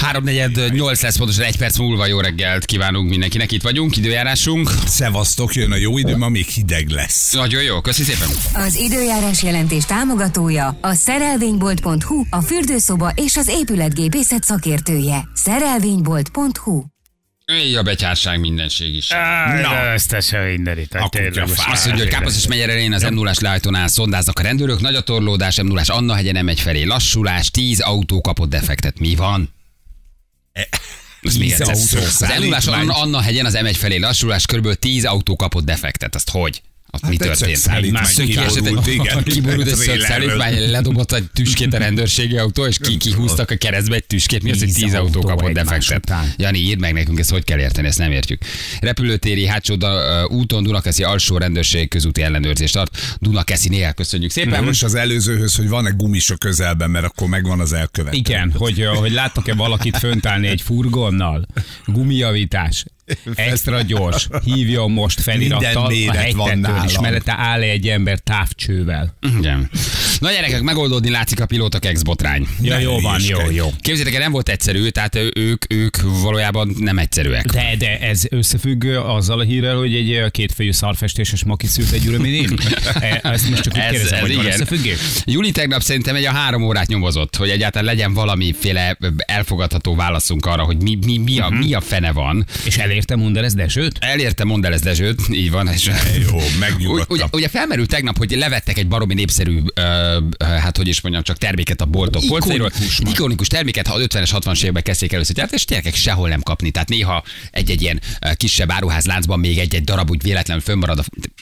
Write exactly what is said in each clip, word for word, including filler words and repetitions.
háromnegyed nyolc lesz pontosan egy perc múlva. Jó reggelt kívánunk mindenkinek, itt vagyunk, időjárásunk. Szevasztok, jön a jó idő, ma még hideg lesz. Nagyon jó, köszi szépen. Az időjárás jelentés támogatója a szerelvénybolt pont hu, a fürdőszoba és az épületgépészet szakértője. szerelvénybolt pont hu. Éj a betyárság, mindenség is. Na, összesen mindenit. Azt mondja, hogy Káposzos megyer elején az em nullás leállítónál szondáznak a rendőrök, nagy a torlódás, em nullás Anna-hegyen nem megy felé, lassulás, tíz autó kapott defektet. Mi van? Ez még egyszer. Az em nullás Anna-hegyen az em egy felé lassulás, kb. tíz autó kapott defektet. Azt hogy? Hát mi történt? Már kiborult egy szögszállítmány, ledobott egy tüskét a rendőrségi autó, és ki, kihúztak a keresztbe egy tüskét. Mi az, hogy tíz autó kapott defektet? Jani, írd meg nekünk, ezt hogy kell érteni, ezt nem értjük. Repülőtéri hátsó úton Dunakeszi alsó rendőrség közúti ellenőrzést tart. Dunakeszinél köszönjük szépen. Most az előzőhöz, hogy van-e gumis a közelben, mert akkor megvan az elkövető. Igen, hogy, hogy láttak-e valakit fönt állni egy furgonnal? Gumijavítás. Extra gyors, hívjon most felirattal a hegytetőn, és mellette áll egy ember távcsővel. Igen. Na gyerekek, megoldódni látszik a pilótok ex-botrány. Ja, jó van, jó, jó. Képzeljétek el, nem volt egyszerű, tehát ők, ők valójában nem egyszerűek. De, de ez összefügg azzal a hírrel, hogy egy kétfejű szarfestéses maki szült egy üröményén? Ezt most csak úgy kérdezem, hogy van összefüggés? Júli tegnap szerintem egy a három órát nyomozott, hogy egyáltalán legyen valamiféle elfogadható válaszunk arra, hogy mi, mi, mi, a, mi a fene van. És elérte Mondelez Dezsőt? Elérte Mondelez Dezsőt, így van. És jó, megnyugodtam. Ugye, ugye felmerült tegnap, hogy levettek egy baromi népszerű, uh, hát hogy is mondjam, csak terméket a boltok polcairól. Egy ikonikus terméket, ha az ötvenes, hatvanas években kezdték először gyártani, és gyerekek sehol nem kapni. Tehát néha egy-egy ilyen uh, kisebb áruházláncban még egy-egy darab úgy véletlenül fönnmarad a...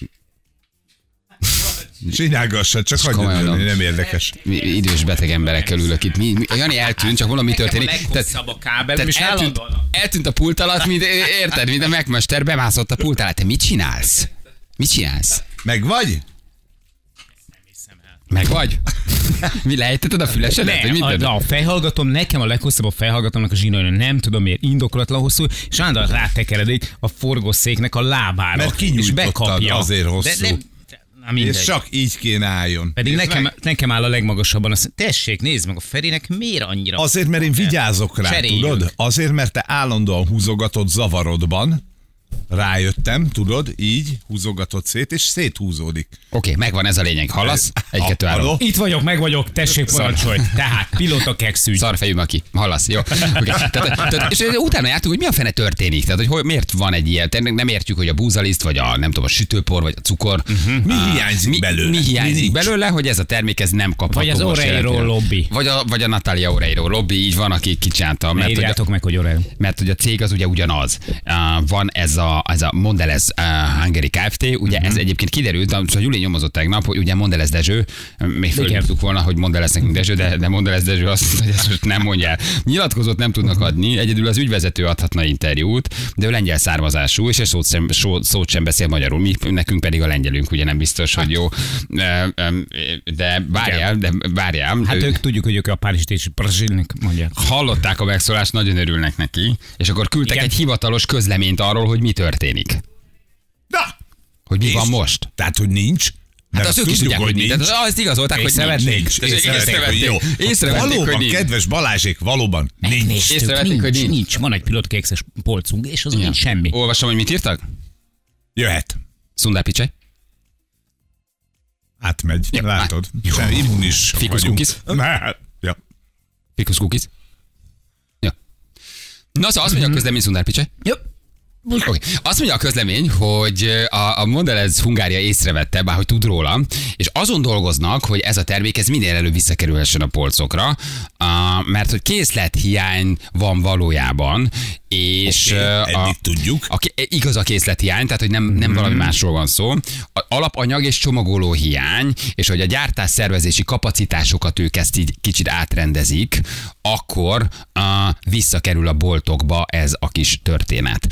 Csinálgassa, csak hagyjad, nem érdekes. Mi, idős beteg emberekkel ülök itt. Mi, mi, Jani eltűnt, csak valami történik. Tehát, a kábel, tehát eltűnt, eltűnt a pult alatt, mint, érted, mint a megmester, bemászott a pult alatt. Te mit csinálsz? Mit csinálsz? Meg vagy? Meg vagy? Mi lejtetted a fülesedet? Ne, a, a fejhallgatom, nekem a leghosszabb a fejhallgatomnak a zsinórja, nem tudom miért, indokolatlan hosszú, és állandóan rátekeredik a forgószéknek a lábára. Mert és bekapja. Azért hosszú. De, de, Na, és csak így kéne álljon. Pedig nekem, nekem áll a legmagasabban. Azt, tessék, nézd meg, a Ferinek miért annyira... Azért, mert én vigyázok rá, Cseréljük. Tudod? Azért, mert te állandóan húzogatod zavarodban. Rájöttem, tudod, így húzogatod szét, és széthúzódik. Oké, okay, megvan ez a lényeg. Hallasz? Egy, a, kettő, három. Itt vagyok, meg vagyok, tessék parancsolj. Tehát, pilóta kekszügy. Szarfejű aki. Hallasz, jó. Okay. Tehát, tehát, és utána jártunk, hogy mi a fene történik. Tehát, hogy, hogy miért van egy ilyen, nem értjük, hogy a búzaliszt, vagy a, nem tudom, a sütőpor, vagy a cukor. Uh-huh. Mi uh, hiányzik mi, belőle? Mi hiányzik mi belőle, hogy ez a termék ez nem kapható. Vagy az Oreiro lobby. Vagy a, vagy a Natalia Oreiro lobby, így van, aki kicsánta. Ne írjátok meg, hogy Oreiro. Mert hogy a cég az ugye ugyanaz. Uh, van ez a, ez a Mondelez uh, Hungary Kft. Ugye uh-huh. ez egyébként kiderült, szóval Júli nyomozott tegnap, hogy ugye Mondelez Dezső, még fölhívtuk volna, hogy Mondelez nekünk Dezső, de, de Mondelez Dezső azt mondta, hogy ezt most nem mondja el. Nyilatkozót nem tudnak adni, egyedül az ügyvezető adhatna interjút, de ő lengyel származású, és egy szót sem, szót sem beszél magyarul, mi nekünk pedig a lengyelünk, ugye nem biztos, hogy jó. De várjál, de várjál. Hát ők tudjuk, hogy ők a Párizsit és Brazílnek mondják. Hallották a megszólást, nagyon örülnek neki, és akkor küldtek Igen. egy hivatalos közleményt arról, hogy mi történik. Na! Hogy mi van most? Tehát, hogy nincs. Hát azt ők is tudják, hogy nincs. Tehát azt igazolták, hogy nincs. Észrevették, valóban, kedves Balázsék, valóban nincs. Észrevették, hogy nincs. Nincs. Van egy pilótakékszes polcunk, és azon nincs semmi. Olvasom, hogy mit írtak? Jöhet. Szundár Picsej. Átmegy, látod. Immunis. Fikus cookies. Ja. Fikus cookies. Ja. Na, szóval azt mondja a közlemény Szundár Picsej. Jó. Okay. Azt mondja a közlemény, hogy a, a Mondelez Hungária észrevette, bár hogy tud róla, és azon dolgoznak, hogy ez a termék ez minél előbb visszakerülhessen a polcokra, uh, mert hogy készlethiány van valójában, és okay, a, tudjuk. A, igaz a készlethiány, tehát hogy nem, nem hmm. valami másról van szó. A alapanyag és csomagoló hiány, és hogy a gyártás szervezési kapacitásokat ők ezt így kicsit átrendezik, akkor uh, visszakerül a boltokba ez a kis történet. Tehát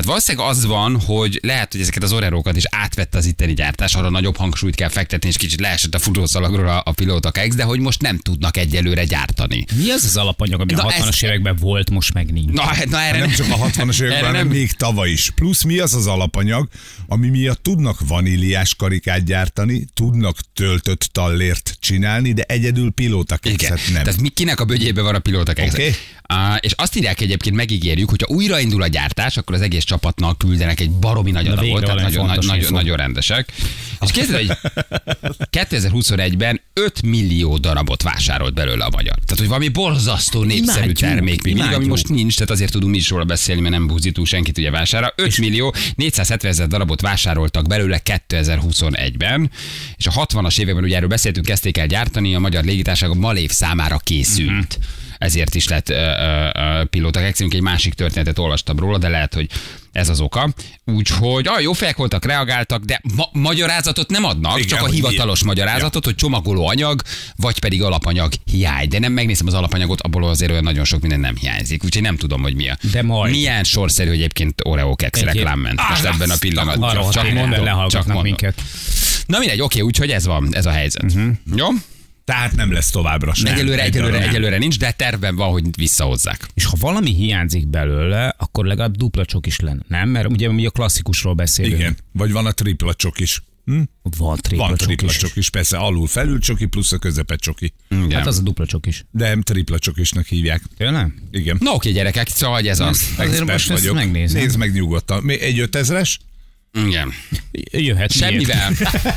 valószínűleg az van, hogy lehet, hogy ezeket az Oreókat is átvette az itteni gyártás, arra nagyobb hangsúlyt kell fektetni, és kicsit leesett a futószalagról a, a Pilóta Kex, de hogy most nem tudnak egyelőre gyártani. Mi az az alapanyag, ami na a hatvanas ez... években volt, most meg nincs? Na, na erre nem csak a hatvanas években, hanem nem... még tavaly is. Plusz mi az az alapanyag, ami miatt tudnak vaníliás karikát gyártani, tudnak töltött tallért csinálni, de egyedül Pilóta Kexet nem. Tehát mi, kinek a bögyébe van a Pilóta Kex? Okay. Uh, és azt írják egyébként, megígérjük, hogyha újraindul a gyártás, akkor az egész csapatnak küldenek egy baromi nagy adagot, tehát nagyon, nagy, nagyon, nagyon rendesek. És képzeld, hogy kétezer-huszonegyben öt millió darabot vásárolt belőle a magyar. Tehát, hogy valami borzasztó népszerű imádjuk, termék még mindig, ami most nincs, tehát azért tudunk mi is róla beszélni, mert nem búzítunk senkit ugye vására. öt millió négyszázhetvenezer darabot vásároltak belőle kétezer-huszonegyben, és a hatvanas években ugye erről beszéltünk, kezdték el gyártani, a magyar légitársaság a Malév számára készült. Uh-huh. Ezért is lett uh, uh, Pilóta Kex, egy másik történetet olvastam róla, de lehet, hogy ez az oka. Úgyhogy ah, jó fejek voltak, reagáltak, de ma- magyarázatot nem adnak, igen, csak a hivatalos ilyen magyarázatot, ja. hogy csomagoló anyag, vagy pedig alapanyag hiány. De nem megnézem az alapanyagot, abból azért olyan nagyon sok minden nem hiányzik. Úgyhogy nem tudom, hogy mi a. De majd. Milyen sorszerű, hogy egyébként Oreo Kex reklám ment most ah, ebben a pillanatban. Arra, csak mondom, lehallgatnak minket. Na mindegy, oké, úgyhogy ez van, ez a helyzet. Uh-huh. Jó? Tehát nem lesz továbbra sem. Egyelőre, egyelőre, egyelőre nincs, de tervben van, hogy visszahozzák. És ha valami hiányzik belőle, akkor legalább dupla csok is lenne, nem? Mert ugye mi a klasszikusról beszélünk. Igen, vagy van a tripla csok is. Hm? Van tripla, van tripla csok, csok is. is, persze alul felül csoki plusz a közepet csoki. Igen. Hát az a dupla csok is. De tripla csokisnak hívják. Tényleg? Igen. Na oké gyerekek, szóval ez az. Azért most vagyok. Megnézem. Nézd meg nyugodtan. Mi egy ötezres? Igen. Jöhet. Semmivel.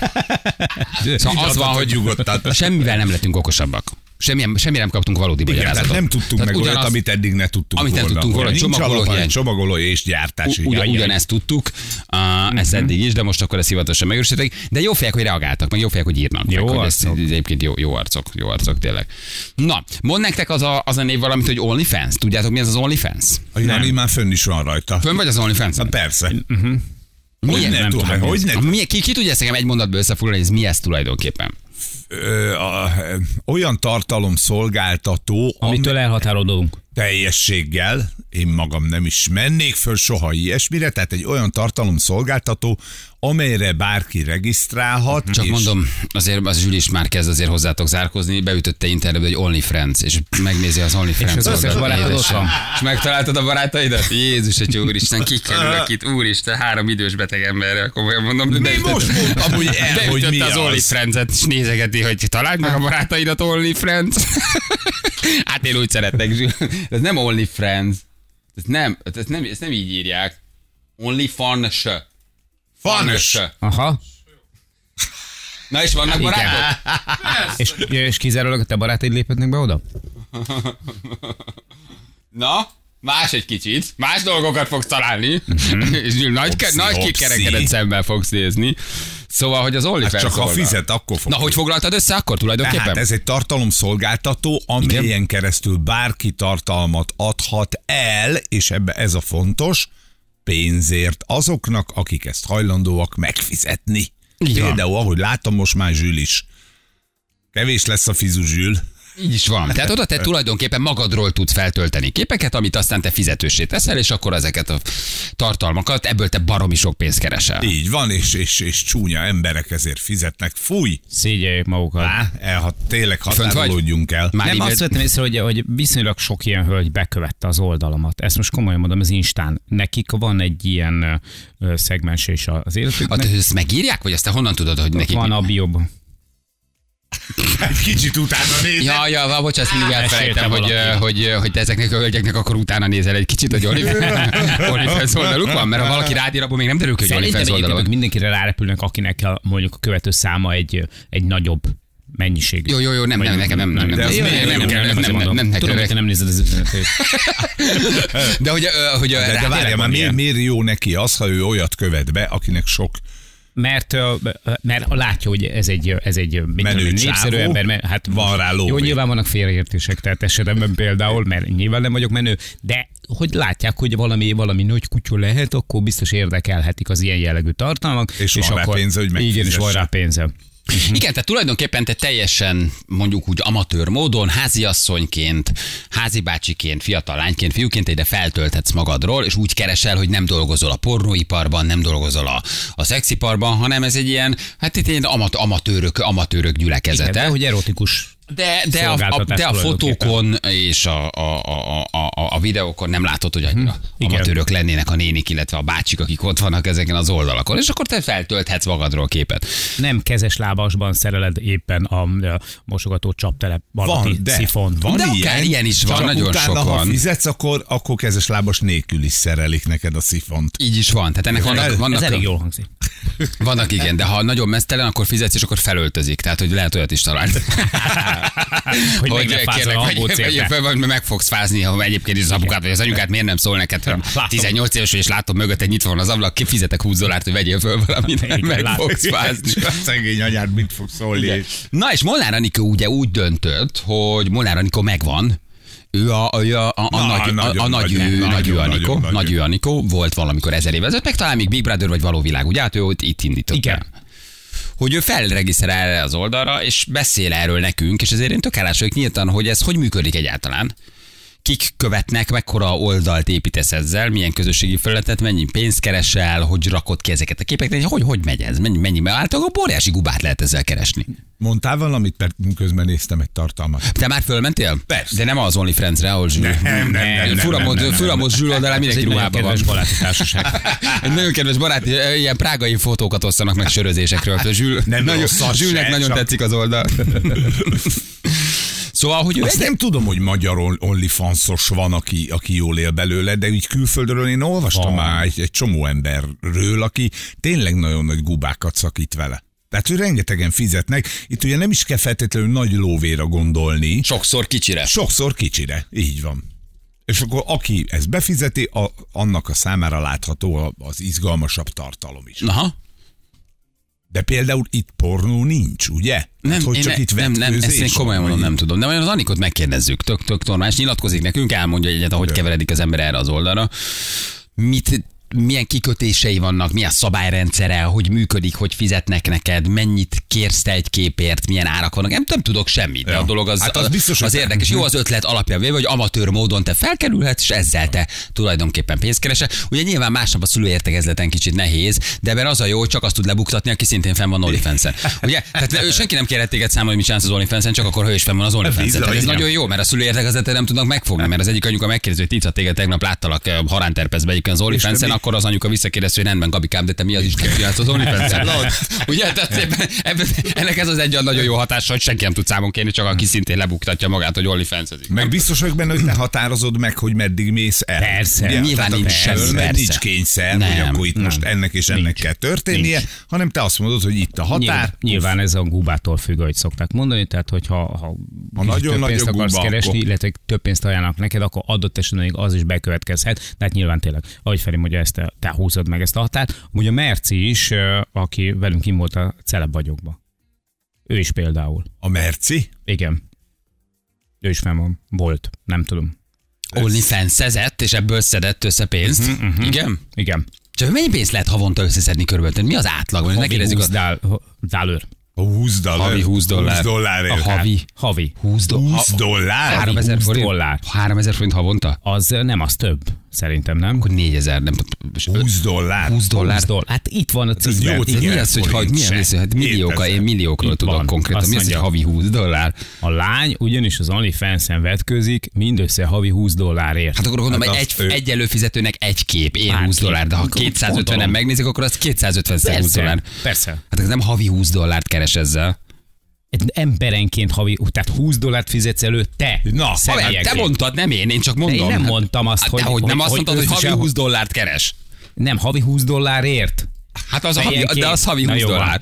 Szóval az van, hogy nyugodtan. Semmivel nem lettünk okosabbak. Semmi, semmi nem kaptunk valódi magyarázatot. Nem tudtunk tehát meg ugyanaz, olyat, amit eddig ne tudtunk amit volna. Amit nem tudtunk volna, csomagoló, alapany, csomagoló és gyártás. U- ugyan, ugyanezt tudtuk, uh, uh-huh. ezt eddig is, de most akkor ezt hivatalosan megősítették. De jó fejek, hogy reagáltak, meg jó fejek, hogy írnak. Jó meg, arcok. Hogy ez, egyébként jó, jó arcok, jó arcok tényleg. Na, mond nektek az a, az a név valamit, hogy OnlyFans. Tudjátok, mi ez az OnlyFans? A Jani már fönn is van rajta. Fönn vagy az OnlyFans? Na persze. Uh-huh. Hogy nem tudom, hogy nem. Ki, ki tudja ezt nekem egy mondatba összefoglalni, hogy ez mi ez tulajdonképpen? Ö, a, olyan tartalom szolgáltató, amitől elhatárolódunk. Teljességgel, én magam nem is mennék föl soha ilyesmire, tehát egy olyan tartalom szolgáltató, amelyre bárki regisztrálhat. Csak és... mondom, azért az Zsül is már kezd azért hozzátok zárkozni, beütötte internetbe egy OnlyFriends, és megnézi az OnlyFriends oldalt. És megtaláltad a barátaidat? Jézus, egy úristen, kikerülök itt, úristen, három idős beteg emberrel, komolyan mondom. Mi de most mondtam, hogy el, hogy mi az az. OnlyFriends-et, és nézegeti, hogy találd meg a barátaidat OnlyFriends. Hát én úgy szeretnek, Zsül. Ez nem OnlyFriends. Ez nem, ez nem, ezt nem így írják. OnlyFans. Fans. Aha. Na és vannak barátok? és, és kizárólag a te barátaid léphetnek be oda? Na, más egy kicsit. Más dolgokat fogsz találni. Mm-hmm. És nagy, opszi, nagy kikerekedett szemmel fogsz nézni. Szóval, hogy az OnlyFans hát csak ha fizet, akkor fog. Na, hogy foglaltad össze akkor tulajdonképpen? Tehát ez egy tartalomszolgáltató, amelyen igen. keresztül bárki tartalmat adhat el, és ebbe ez a fontos, pénzért azoknak, akik ezt hajlandóak megfizetni. Igen. Például, ahogy látom, most már Zsül is. Kevés lesz a fizu Zsül. Így is van. Tehát oda te tulajdonképpen magadról tudsz feltölteni képeket, amit aztán te fizetőssé teszel, és akkor ezeket a tartalmakat, ebből te baromi sok pénzt keresel. Így van, és, és, és csúnya emberek ezért fizetnek. Fúj! Szégyeljék magukat. Á, elhat, tényleg határolódjunk el. Már nem, azt vettem észre, hogy, hogy viszonylag sok ilyen hölgy bekövette az oldalamat. Ezt most komolyan mondom, az Instán. Nekik van egy ilyen ö, szegmens és az életüknek. Hát ezt megírják, vagy azt te honnan tudod, hogy nekik? Van a bióban. Egy kicsit utána nézel. Ja, ja, bocsánat, mindig elfelejtem, hogy, hogy, hogy te ezeknek a hölgyeknek akkor utána nézel egy kicsit, hogy OnlyFans oldaluk van, mert ha valaki rád ír, akkor még nem derül ki, hogy OnlyFans oldaluk van. Mindenkire rárepülnek, akinek a, mondjuk a követő száma egy, egy nagyobb mennyiség. Jó, jó, jó, nem, nem, nekem nem, nem, nem, nem, nem, nem, nem, nem, nem, tudom, hogy te nem nézed az üzenetet. De hogy, hogy de, de várjál, már miért, miért jó neki az, ha ő olyat követ be, akinek sok Mert, mert látja, hogy ez egy, ez egy menő népszerű ember, mert hát van rá lóvé. Jó, nyilván vannak félreértések, tehát esetemben például, mert nyilván nem vagyok menő, de hogy látják, hogy valami, valami nagy kutya lehet, akkor biztos érdekelhetik az ilyen jellegű tartalmak. És, és van akkor, rá pénze, hogy igen, és van rá pénze. Uh-huh. Igen, tehát tulajdonképpen te teljesen mondjuk úgy amatőr módon, háziasszonyként, házibácsiként, fiatal lányként, fiúként ide feltölthetsz magadról, és úgy keresel, hogy nem dolgozol a pornóiparban, nem dolgozol a, a szexiparban, hanem ez egy ilyen, hát itt egy amat, amatőrök, amatőrök gyülekezete. Igen, de hogy erotikus. De, de, a, a, de a fotókon és a, a, a, a, a videókon nem látod, hogy annyira hmm. amatőrök lennének a nénik, illetve a bácsik, akik ott vannak ezeken az oldalakon, és akkor te feltölthetsz magadról képet. Nem kezes lábasban szereled éppen a, a mosogató csaptelep alatti szifont. Van de ilyen, akár ilyen is van, csak nagyon utána, sok van. Ha fizetsz, akkor, akkor kezes lábas nélkül is szerelik neked a szifont. Így is van. Tehát ennek vannak, vannak, ez elég jól hangzik. Vannak igen, de ha nagyon mesztelen, akkor fizetsz, és akkor felöltözik. Tehát, hogy lehet olyat is találni. hogy, hogy meg kérlek, vagy, vagy meg fogsz fázni, ha egyébként is az apukát, vagy az anyukát miért nem szól neked, hogy tizennyolc éves, és látom mögötted nyitva van az ablak, kifizetek húsz dollárt, hogy vegyél föl valamit, meg fogsz fázni. Szegény anyád mit fog szólni. Na és Molnár Anikó ugye úgy döntött, hogy Molnár Anikó megvan. Ő a, a, a, a, a, Na, nagy, nagyon, a, a nagy, nagy, ő, nagy ő Anikó, nagy, nagy ő Anikó, volt valamikor ezer évvel ezelőtt, meg talán még Big Brother vagy Való Világ, ugye? Hát ő itt indított. Igen. Hogy ő felregisztrál erre az oldalra, és beszél erről nekünk, és ezért én tök hálás vagyok nyíltan, hogy ez hogy működik egyáltalán. Kik követnek, mekkora oldalt építesz ezzel, milyen közösségi felületet, mennyi pénzt keresel, hogy rakod ki ezeket a képeket, hogy hogy megy ez, mennyi, mennyi általában óriási gubát lehet ezzel keresni. Mondtál valamit, mert közben néztem egy tartalmat. Te már fölmentél? Persze. De nem az OnlyFans-re, ahol Zsül. Nem, nem, nem. Furamot Zsül oldalán mindenki ruhában van. Egy nagyon kedves baráti társaság. Egy nagyon kedves baráti, ilyen prágai fotókat osztanak meg sörözésekről. Zsül, nem nagyon, Zsülnek nagyon csak... tetszik az oldal. Szóval, hogy azt egy... nem tudom, hogy magyar OnlyFansos van, aki, aki jól él belőle, de úgy külföldről én olvastam oh. már egy, egy csomó emberről, aki tényleg nagyon nagy gubákat szakít vele. Tehát, hogy rengetegen fizetnek. Itt ugye nem is kell feltétlenül nagy lóvéra gondolni. Sokszor kicsire. Sokszor kicsire, így van. És akkor aki ezt befizeti, a, annak a számára látható az izgalmasabb tartalom is. Aha. De például itt pornó nincs, ugye? Nem, hát, hogy én csak ne, itt nem, nem, ezt én komolyan mondom, nem tudom. De majd az Anikot megkérdezzük, tök, tök normás, nyilatkozik nekünk, elmondja egyet, ahogy keveredik az ember erre az oldalra. Mit, milyen kikötései vannak, milyen szabályrendszere, hogy működik, hogy fizetnek neked, mennyit kérsz te egy képért, milyen árak vannak. Nem, nem tudok semmit, de ja. a dolog az, hát az, biztos, az érdekes. Jó az ötlet alapján véve, hogy amatőr módon te felkerülhetsz, és ezzel te tulajdonképpen pénzt keresel. Ugye nyilván másnap a szülőértekezleten kicsit nehéz, de ebben az a jó, hogy csak azt tud lebuktatni, aki szintén fenn van OnlyFans-en. Ugye? Tehát senki nem kérhet téged számolni, hogy mit csinálsz az OnlyFans-en, csak akkor ő is fenn van az OnlyFans-en. Ez nagyon jó, mert a szülőértekezleten nem tudnak megfogni, mert az egyik anyuka megkérdezi, hogy Tica, téged tegnap láttalak haránterpezbe egyébként az OnlyFans-en, akkor az anyuka visszakérdezi, hogy rendben, Gabikám, de te mi az Isten csinálsz az OnlyFans-en? Ugye? Tehát ebben, ebben, ennek ez az egy nagyon jó hatása, hogy senki nem tud számon kérni, csak aki szintén lebuktatja magát, hogy OnlyFans-ezik. Meg biztos vagyok benne, hogy te határozod meg, hogy meddig mész el. Persze, ugye? Nyilván nincs semmi, persze. Nincs kényszer, nem, hogy akkor itt nem, most ennek és ennek nincs, kell történnie, nincs. Hanem te azt mondod, hogy itt a határ. Nyilván, nyilván ez a gubától függ, ahogy szokták mondani, tehát hogyha ha ha nagyon több pénzt akarsz guba, keresni, akkor... illetve több pénzt ajánlanak neked, akkor adott esetben az is bekövetkezhet. Tehát nyilván tényleg, ahogy Feri mondja, ezt te, te húzod meg ezt a határt. Ugye Merci is, aki velünk kim volt a Celeb vagyokba. Ő is például. A Merci? Igen. Ő is fenn van. Volt. Nem tudom. OnlyFans-ezett, és ebből szedett össze pénzt. Uh-huh, uh-huh. Igen? Igen. Csak mennyi pénzt lehet havonta összeszedni körülbelül? Mi az átlag? Havi húsz dollár. húsz dollár. Havi húsz dollár. húsz dollárért. A havi. Havi. húsz dollár. háromezer forint. dollár. háromezer forint havonta? Az nem, az több. Szerintem nem. Akkor négyezer, nem húsz dollár. húsz dollár. húsz dollár. Hát itt van a cím. Jó, mi az, hogy hagy, milyen részű? Hát millióka, én milliókról tudok konkrétan. Mi az, hogy havi húsz dollár? A lány ugyanis az OnlyFans-en vetkőzik, mindössze havi húsz dollárért. Hát akkor gondolom, hogy egy, egy előfizetőnek egy kép, én húsz dollár, de ha kétszázötvenen megnézik, akkor az kétszázötven húsz dollár. Persze. Hát ez nem havi húsz dollárt keres ezzel. Emberenként havi, tehát húsz dollárt fizetsz elő, te. Na, te mondtad, nem én, én csak mondom. Én nem mondtam azt, hogy... De hogy nem azt mondtad, hogy havi húsz dollárt keres? Nem, havi húsz dollárért. Hát az a havi, de az havi húsz dollár.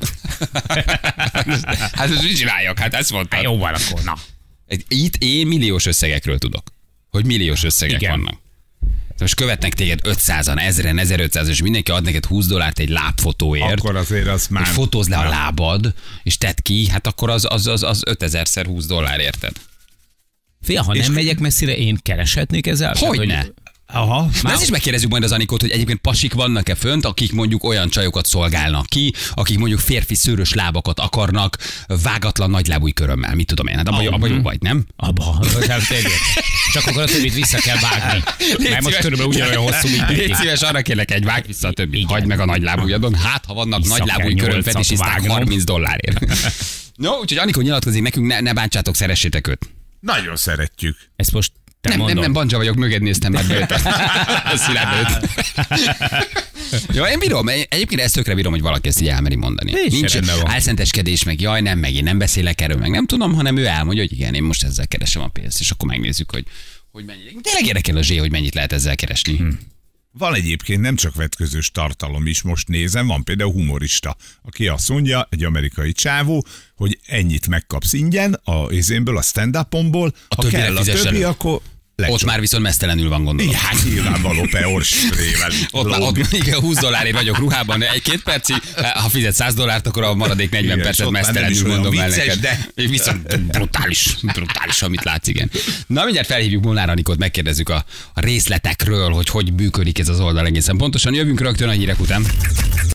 Hát ezt mit csináljak? Hát ezt mondtad. Hát jó van akkor, na. Itt én milliós összegekről tudok. Hogy milliós összegek igen. vannak. Most követnek téged ötszázan, ezren, ezerötszázan, és mindenki ad neked húsz dollárt egy lábfotóért. Akkor azért az már... Hogy fotózd le a lábad, és tedd ki, hát akkor az, az, az, az ötezerszer húsz dollár érted. Fia, ha és nem megyek messzire, én kereshetnék ezzel? Hogyne? Aha. De ezt is megkérdezzük majd az Anikót, hogy egyébként pasik vannak-e fönt, akik mondjuk olyan csajokat szolgálnak ki, akik mondjuk férfi szőrös lábakat akarnak vágatlan nagylábúj körömmel. Mit tudom én, hát abban abba jó vagy, nem? Abba, csak akkor a többit vissza kell vágni. Mert most körülbelül ugyanolyan hosszú, mint Légy szíves, arra kérlek egy vág vissza a többit. Hagyd meg a nagylábújadon, hát ha vannak nagylábúj köröm fetisizták harminc dollárért. No, úgyhogy Anikó nyilatkozik nekünk, ne, ne bántsátok, szeressétek őt. Nagyon szeretjük. Ezt most te nem, mondom. nem, nem, Banja vagyok, möged néztem már belőtt. Szilárd Jó, én bírom, egyébként ezt tökre bírom, hogy valaki ezt így elmeri mondani. És Nincs álszenteskedés, meg jaj, nem, meg én nem beszélek erről, meg nem tudom, hanem ő elmondja, hogy igen, én most ezzel keresem a pénzt, és akkor megnézzük, hogy, hogy mennyi. Tényleg érdekel a zsé, hogy mennyit lehet ezzel keresni. Hm. Van egyébként nem csak vetközős tartalom is, most nézem, van például humorista, aki azt mondja, egy amerikai csávó, hogy ennyit megkapsz ingyen a izénből, a stand-upomból, ha kell a többi, akkor lecsol. Ott már viszont mesztelenül van, gondolom. Igen, nyilvánvaló peorsrével. Ott már ott, igen, húsz dollárért vagyok ruhában, egy-két percig, ha fizet száz dollárt, akkor a maradék negyven igen, percet mesztelenül mondom el neked. De... Viszont brutális, brutális, amit látsz, igen. Na, mindjárt felhívjuk Molnár Anikót, megkérdezzük a, a részletekről, hogy hogy működik ez az oldal egészen pontosan. Jövünk rögtön a hírek után.